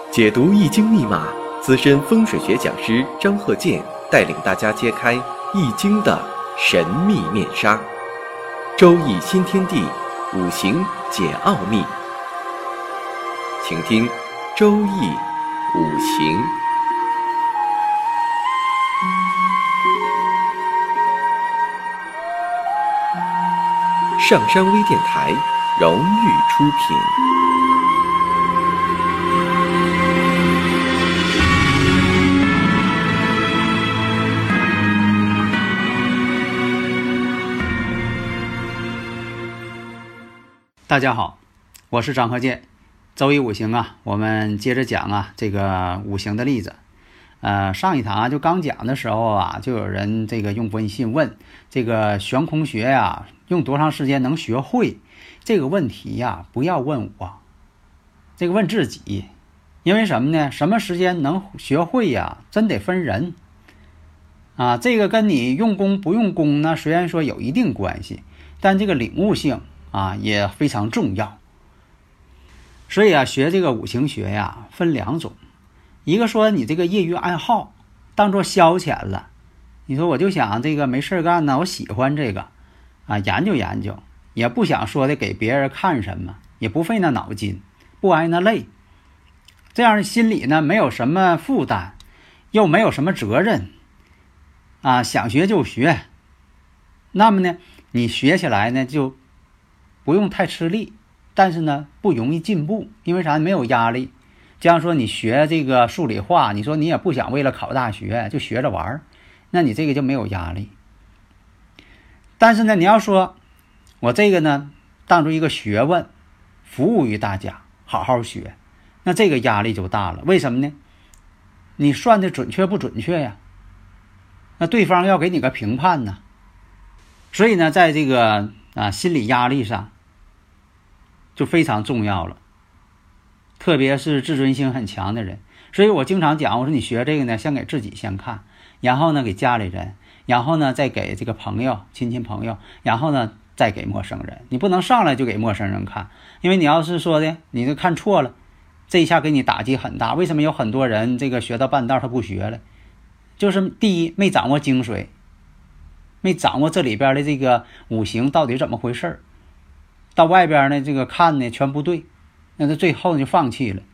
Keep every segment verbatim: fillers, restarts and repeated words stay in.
解读易经密码，资深风水学讲师张鹤剑带领大家揭开易经的神秘面纱。周易新天地，五行解奥秘。请听周易五行。上山微电台荣誉出品。 大家好，我是张鹤剑。周易五行啊，我们接着讲啊这个五行的例子。呃，上一堂啊就刚讲的时候啊，就有人这个用微信问这个悬空学呀、啊，用多长时间能学会？这个问题呀、啊，不要问我，这个问自己。因为什么呢？什么时间能学会呀？真得分人啊。这个跟你用功不用功呢，虽然说有一定关系，但这个领悟性啊也非常重要。所以啊，学这个五行学呀，分两种。一个说你这个业余爱好当做消遣了，你说我就想这个没事干呢，我喜欢这个啊，研究研究，也不想说的给别人看什么，也不费那脑筋，不挨那累，这样心里呢没有什么负担，又没有什么责任啊，想学就学。那么呢你学起来呢就不用太吃力，但是呢不容易进步。因为啥？没有压力。就像说你学这个数理化，你说你也不想为了考大学就学着玩，那你这个就没有压力。但是呢你要说我这个呢当作一个学问，服务于大家，好好学，那这个压力就大了。为什么呢？你算的准确不准确呀？那对方要给你个评判呢。所以呢在这个啊心理压力上就非常重要了，特别是自尊心很强的人。所以我经常讲，我说你学这个呢先给自己先看，然后呢给家里人，然后呢再给这个朋友亲戚朋友，然后呢再给陌生人。你不能上来就给陌生人看，因为你要是说的你就看错了，这一下给你打击很大。为什么有很多人这个学到半道他不学了？就是第一没掌握精髓，没掌握这里边的这个五行到底怎么回事，到外边呢这个看呢全不对，那他最后就放弃了。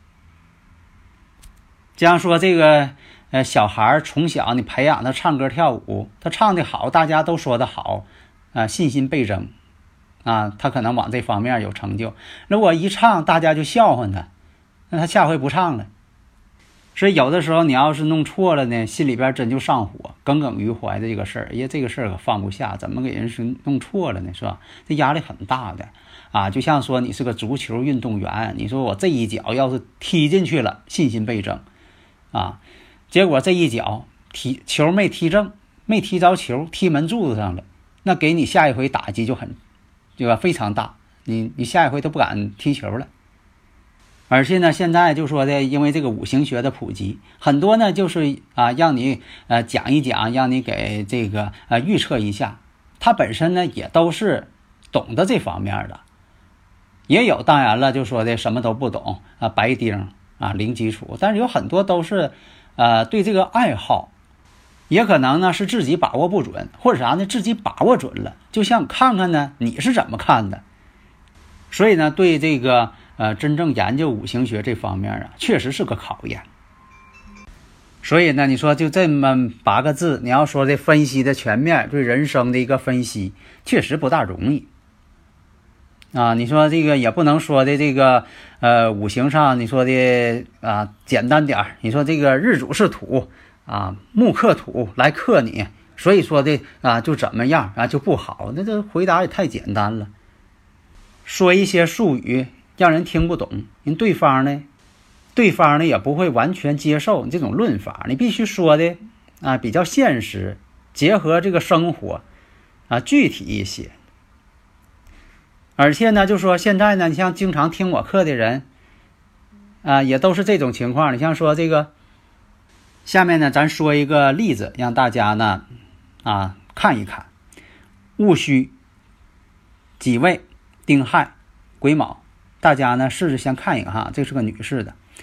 这样说这个呃小孩从小你培养他唱歌跳舞，他唱得好，大家都说得好啊、呃，信心倍增啊，他可能往这方面有成就。如果一唱大家就笑话他，那他下回不唱了。所以有的时候你要是弄错了呢，心里边真就上火，耿耿于怀的这个事儿，因为这个事儿可放不下，怎么给人是弄错了呢？是吧？这压力很大的啊。就像说你是个足球运动员，你说我这一脚要是踢进去了，信心倍增啊，结果这一脚踢球没踢正，没踢着球，踢门柱子上了，那给你下一回打击就很这个非常大，你你下一回都不敢踢球了。而且呢现在就说的，因为这个五行学的普及，很多呢就是啊让你呃讲一讲，让你给这个呃预测一下，它本身呢也都是懂得这方面的。也有当然了就说的什么都不懂啊，白丁啊，零基础。但是有很多都是呃对这个爱好，也可能呢是自己把握不准，或者啥呢自己把握准了，就想看看呢你是怎么看的。所以呢对这个呃真正研究五行学这方面啊，确实是个考验。所以呢你说就这么八个字，你要说这分析的全面，对人生的一个分析，确实不大容易啊。你说这个也不能说的这个呃五行上你说的啊简单点儿，你说这个日主是土啊，木克土来克你，所以说的啊就怎么样啊就不好，那这回答也太简单了。说一些术语让人听不懂，人对方呢对方呢也不会完全接受你这种论法，你必须说的啊比较现实，结合这个生活啊具体一些。而且呢就说现在呢你像经常听我课的人啊也都是这种情况。你像说这个下面呢咱说一个例子让大家呢啊看一看。戊戌、己未、丁亥、癸卯，大家呢试着先看一个哈，这是个女士的。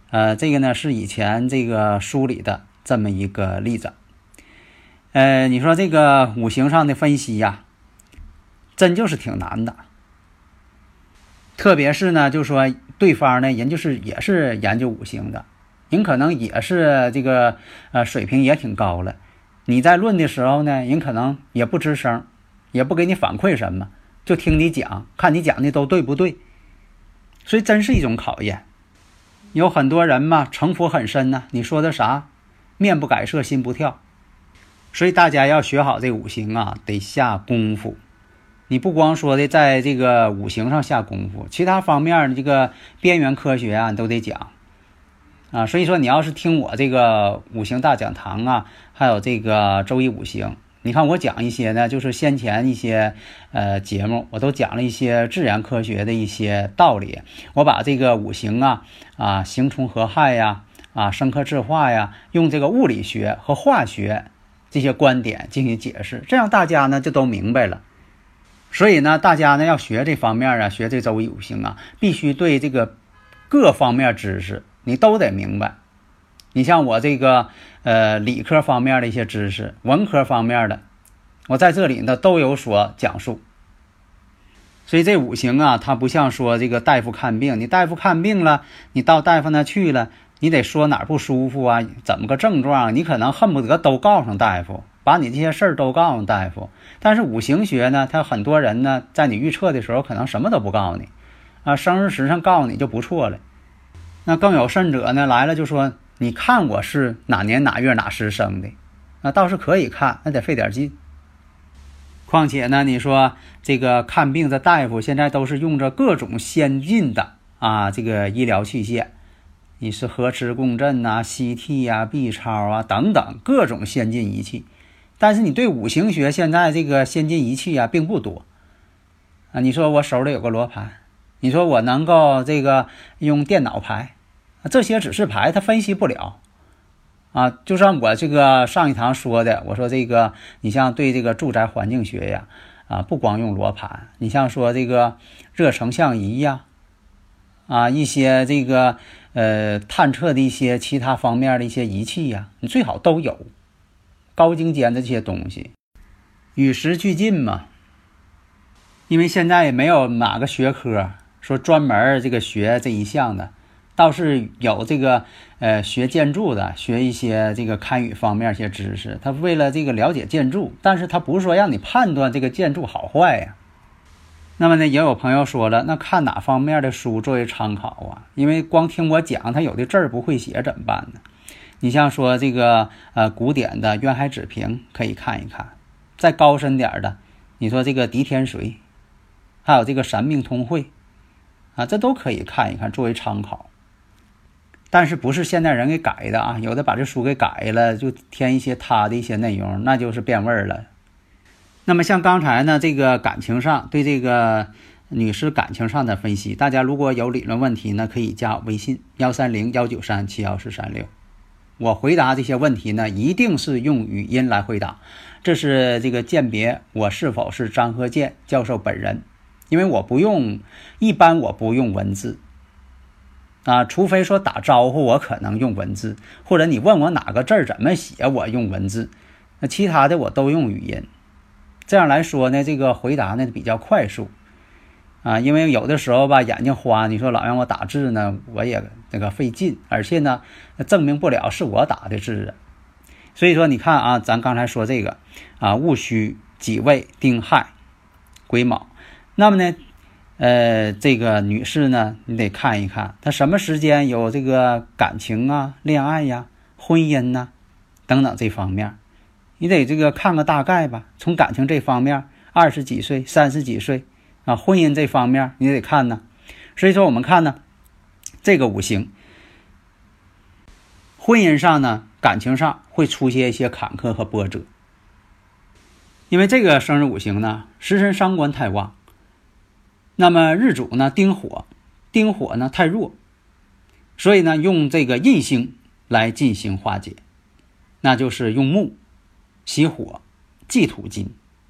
呃，这个呢是以前这个书里的这么一个例子。呃，你说这个五行上的分析呀，真就是挺难的。特别是呢，就说对方呢，人就是也是研究五行的，人可能也是这个呃水平也挺高了。你在论的时候呢，人可能也不吱声，也不给你反馈什么，就听你讲，看你讲的都对不对。所以真是一种考验。有很多人嘛，城府很深呢、啊，你说的啥，面不改色心不跳。所以大家要学好这五行啊，得下功夫。你不光说的在这个五行上下功夫，其他方面这个边缘科学啊，你都得讲啊。所以说你要是听我这个五行大讲堂啊，还有这个周易五行，你看我讲一些呢，就是先前一些呃节目，我都讲了一些自然科学的一些道理。我把这个五行啊啊刑冲合害呀啊生克制化呀，用这个物理学和化学这些观点进行解释，这样大家呢就都明白了。所以呢，大家呢要学这方面啊，学这周易五行啊，必须对这个各方面知识你都得明白。你像我这个呃理科方面的一些知识，文科方面的，我在这里呢都有所讲述。所以这五行啊，它不像说这个大夫看病，你大夫看病了，你到大夫那去了，你得说哪儿不舒服啊，怎么个症状，你可能恨不得都告诉大夫，把你这些事儿都告诉大夫。但是五行学呢，他很多人呢，在你预测的时候可能什么都不告诉你啊，生日时上告诉你就不错了。那更有甚者呢，来了就说你看我是哪年哪月哪时生的，那倒是可以看，那得费点劲。况且呢，你说这个看病的大夫现在都是用着各种先进的啊这个医疗器械，你是核磁共振啊 C T 啊 B 超啊等等各种先进仪器。但是你对五行学现在这个先进仪器啊并不多啊。你说我手里有个罗盘，你说我能够这个用电脑排，这些只是排，它分析不了啊。就像我这个上一堂说的，我说这个你像对这个住宅环境学呀啊，不光用罗盘，你像说这个热成像仪呀啊，一些这个呃探测的一些其他方面的一些仪器呀，你最好都有。高精尖的这些东西，与时俱进嘛。因为现在也没有哪个学科说专门这个学这一项的，倒是有这个呃学建筑的，学一些这个堪舆方面一些知识，他为了这个了解建筑，但是他不是说让你判断这个建筑好坏呀。那么呢，也有朋友说了，那看哪方面的书作为参考啊？因为光听我讲，他有的字儿不会写怎么办呢？你像说这个呃古典的渊海子平可以看一看，再高深点的，你说这个狄天水，还有这个三命通会啊，这都可以看一看作为参考。但是不是现代人给改的啊？有的把这书给改了，就添一些他的一些内容，那就是变味儿了。那么像刚才呢，这个感情上对这个女士感情上的分析，大家如果有理论问题呢，可以加微信幺三零幺九三七幺四三六。我回答这些问题呢，一定是用语音来回答，这是这个鉴别我是否是张鹤健教授本人。因为我不用，一般我不用文字啊，除非说打招呼我可能用文字，或者你问我哪个字怎么写我用文字，那其他的我都用语音。这样来说呢，这个回答呢比较快速啊，因为有的时候吧眼睛花，你说老让我打字呢，我也那个费劲，而且呢证明不了是我打的字。所以说你看啊，咱刚才说这个啊戊戌己未丁亥癸卯，那么呢呃这个女士呢，你得看一看她什么时间有这个感情啊、恋爱呀、婚姻呐、等等这方面，你得这个看个大概吧。从感情这方面，二十几岁、三十几岁啊，婚姻这方面你得看呢。所以说我们看呢，这个五行，婚姻上呢、感情上会出现一些坎坷和波折，因为这个生日五行呢，食神伤官太旺，那么日主呢丁火，丁火呢太弱，所以呢用这个印星来进行化解，那就是用木喜火忌土金。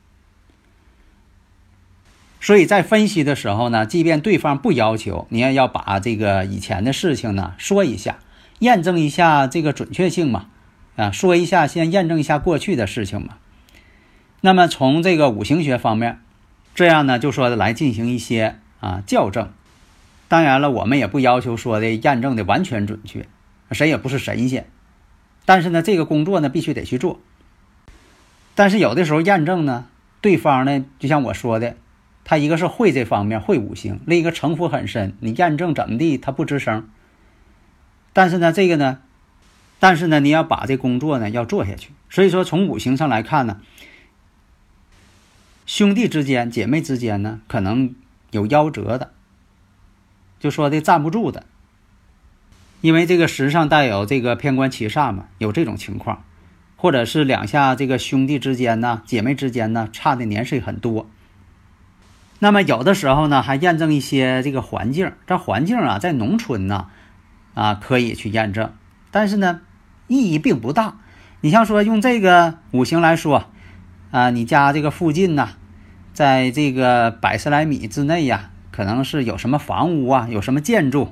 所以在分析的时候呢，即便对方不要求，你也要把这个以前的事情呢说一下验证一下这个准确性嘛，啊，说一下先验证一下过去的事情嘛。那么从这个五行学方面，这样呢就说来进行一些啊校正。当然了，我们也不要求说的验证的完全准确，谁也不是神仙，但是呢这个工作呢必须得去做。但是有的时候验证呢，对方呢就像我说的，他一个是会这方面会五行，另一个城府很深，你验证怎么地他不吱声。但是呢这个呢但是呢你要把这工作呢要做下去。所以说从五行上来看呢，兄弟之间姐妹之间呢可能有夭折的，就说的站不住的，因为这个时上带有这个偏官七煞嘛，有这种情况。或者是两下这个兄弟之间呢姐妹之间呢差的年岁很多。那么有的时候呢还验证一些这个环境，这环境啊在农村呢啊可以去验证，但是呢意义并不大。你像说用这个五行来说啊，你家这个附近呢在这个百十来米之内呀，可能是有什么房屋啊，有什么建筑，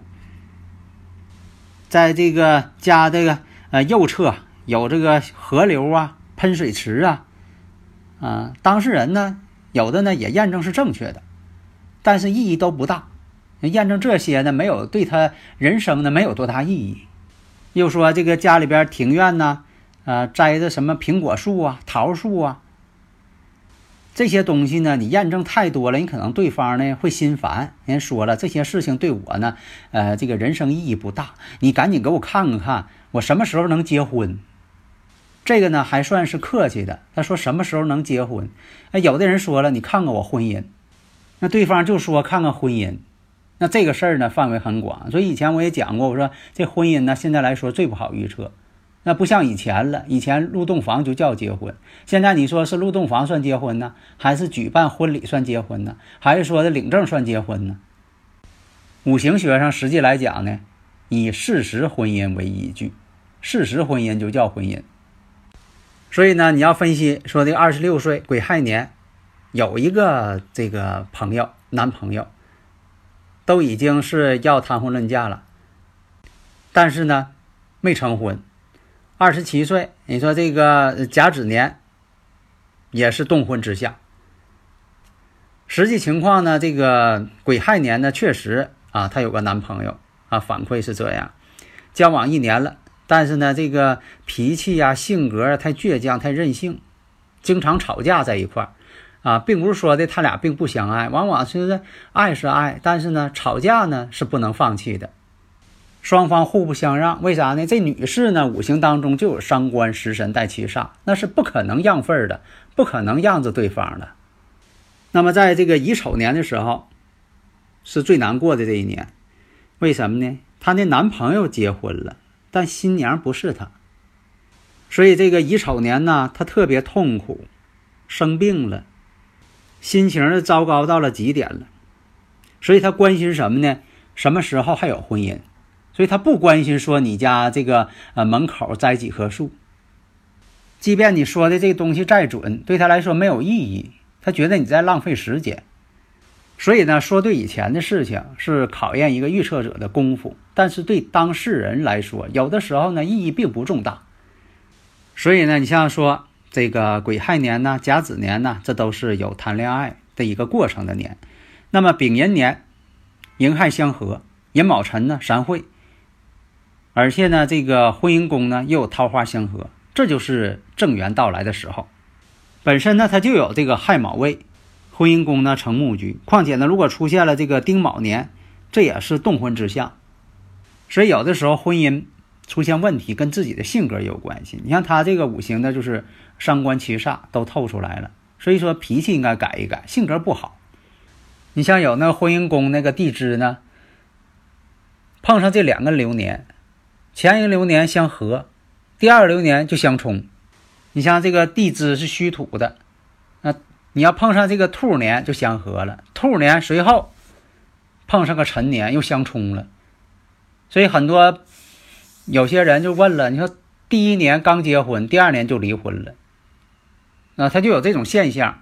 在这个家这个呃右侧有这个河流啊喷水池啊，啊当事人呢有的呢也验证是正确的，但是意义都不大。验证这些呢没有对他人生呢没有多大意义。又说这个家里边庭院呢呃栽着什么苹果树啊桃树啊，这些东西呢你验证太多了，你可能对方呢会心烦。人说了这些事情对我呢呃这个人生意义不大，你赶紧给我看看我什么时候能结婚。这个呢还算是客气的，他说什么时候能结婚。有的人说了你看看我婚姻，那对方就说看看婚姻。那这个事儿呢范围很广，所以以前我也讲过，我说这婚姻呢现在来说最不好预测。那不像以前了，以前入洞房就叫结婚，现在你说是入洞房算结婚呢，还是举办婚礼算结婚呢，还是说的领证算结婚呢？五行学上实际来讲呢，以事实婚姻为依据，事实婚姻就叫婚姻。所以呢你要分析说这个二十六岁癸亥年有一个这个朋友男朋友都已经是要谈婚论嫁了，但是呢没成婚。二十七岁你说这个甲子年也是动婚之象。实际情况呢这个癸亥年呢确实啊他有个男朋友啊，反馈是这样，交往一年了，但是呢这个脾气呀、啊、性格太倔强太任性，经常吵架在一块儿啊，并不是说的他俩并不相爱，往往是爱是爱，但是呢吵架呢是不能放弃的，双方互不相让。为啥呢？这女士呢五行当中就有伤官食神带七煞，那是不可能让份的，不可能让着对方的。那么在这个乙丑年的时候是最难过的这一年。为什么呢？她的男朋友结婚了，但新娘不是她，所以这个乙丑年呢她特别痛苦，生病了，心情是糟糕到了极点了。所以她关心什么呢？什么时候还有婚姻。所以他不关心说你家这个呃门口栽几棵树，即便你说的这个东西再准，对他来说没有意义，他觉得你在浪费时间。所以呢说对以前的事情是考验一个预测者的功夫，但是对当事人来说有的时候呢意义并不重大。所以呢你像说这个癸亥年呢甲子年呢，这都是有谈恋爱的一个过程的年。那么丙寅年寅亥相合，寅卯辰呢三会，而且呢这个婚姻宫呢又有桃花相合，这就是正缘到来的时候。本身呢它就有这个亥卯未，婚姻宫呢成木局，况且呢如果出现了这个丁卯年，这也是动婚之象。所以有的时候婚姻出现问题跟自己的性格有关系。你像他这个五行的就是伤官七煞都透出来了，所以说脾气应该改一改，性格不好。你像有那个婚姻宫那个地支呢碰上这两个流年，前一个流年相合，第二个流年就相冲。你像这个地支是虚土的，那你要碰上这个兔年就相合了，兔年随后碰上个辰年又相冲了。所以很多有些人就问了，你说第一年刚结婚，第二年就离婚了，那他就有这种现象。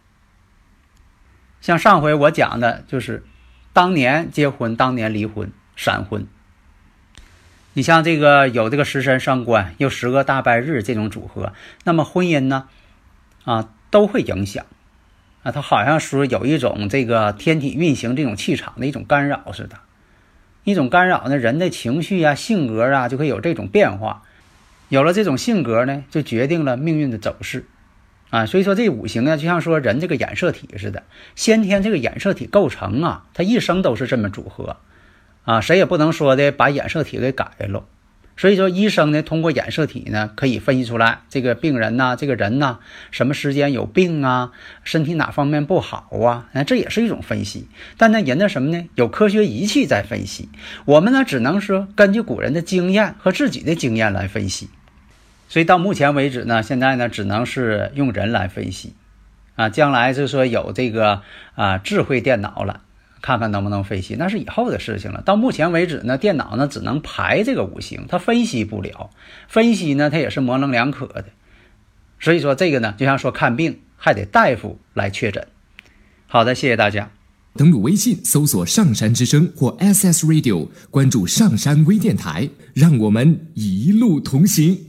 像上回我讲的就是当年结婚当年离婚闪婚。 你像这个有这个食神伤官，有十个大败日这种组合，那么婚姻呢，啊都会影响啊，它好像说有一种这个天体运行这种气场的一种干扰似的，一种干扰呢，人的情绪啊、性格啊就会有这种变化，有了这种性格呢，就决定了命运的走势啊。所以说这五行呢，就像说人这个染色体似的，先天这个染色体构成啊，它一生都是这么组合啊，谁也不能说的把染色体给改了。所以说医生呢，通过染色体呢，可以分析出来这个病人呐、这个人呐，什么时间有病啊，身体哪方面不好啊，这也是一种分析。但呢，人的什么呢？有科学仪器在分析，我们呢只能说根据古人的经验和自己的经验来分析。所以到目前为止呢，现在呢只能是用人来分析啊，将来就是说有这个啊智慧电脑了，看看能不能分析，那是以后的事情了。到目前为止呢，电脑呢只能排这个五行，它分析不了，分析呢它也是模棱两可的。所以说这个呢，就像说看病还得大夫来确诊。好的，谢谢大家。 登录微信搜索上山之声或 S S Radio， 关注上山微电台，让我们一路同行。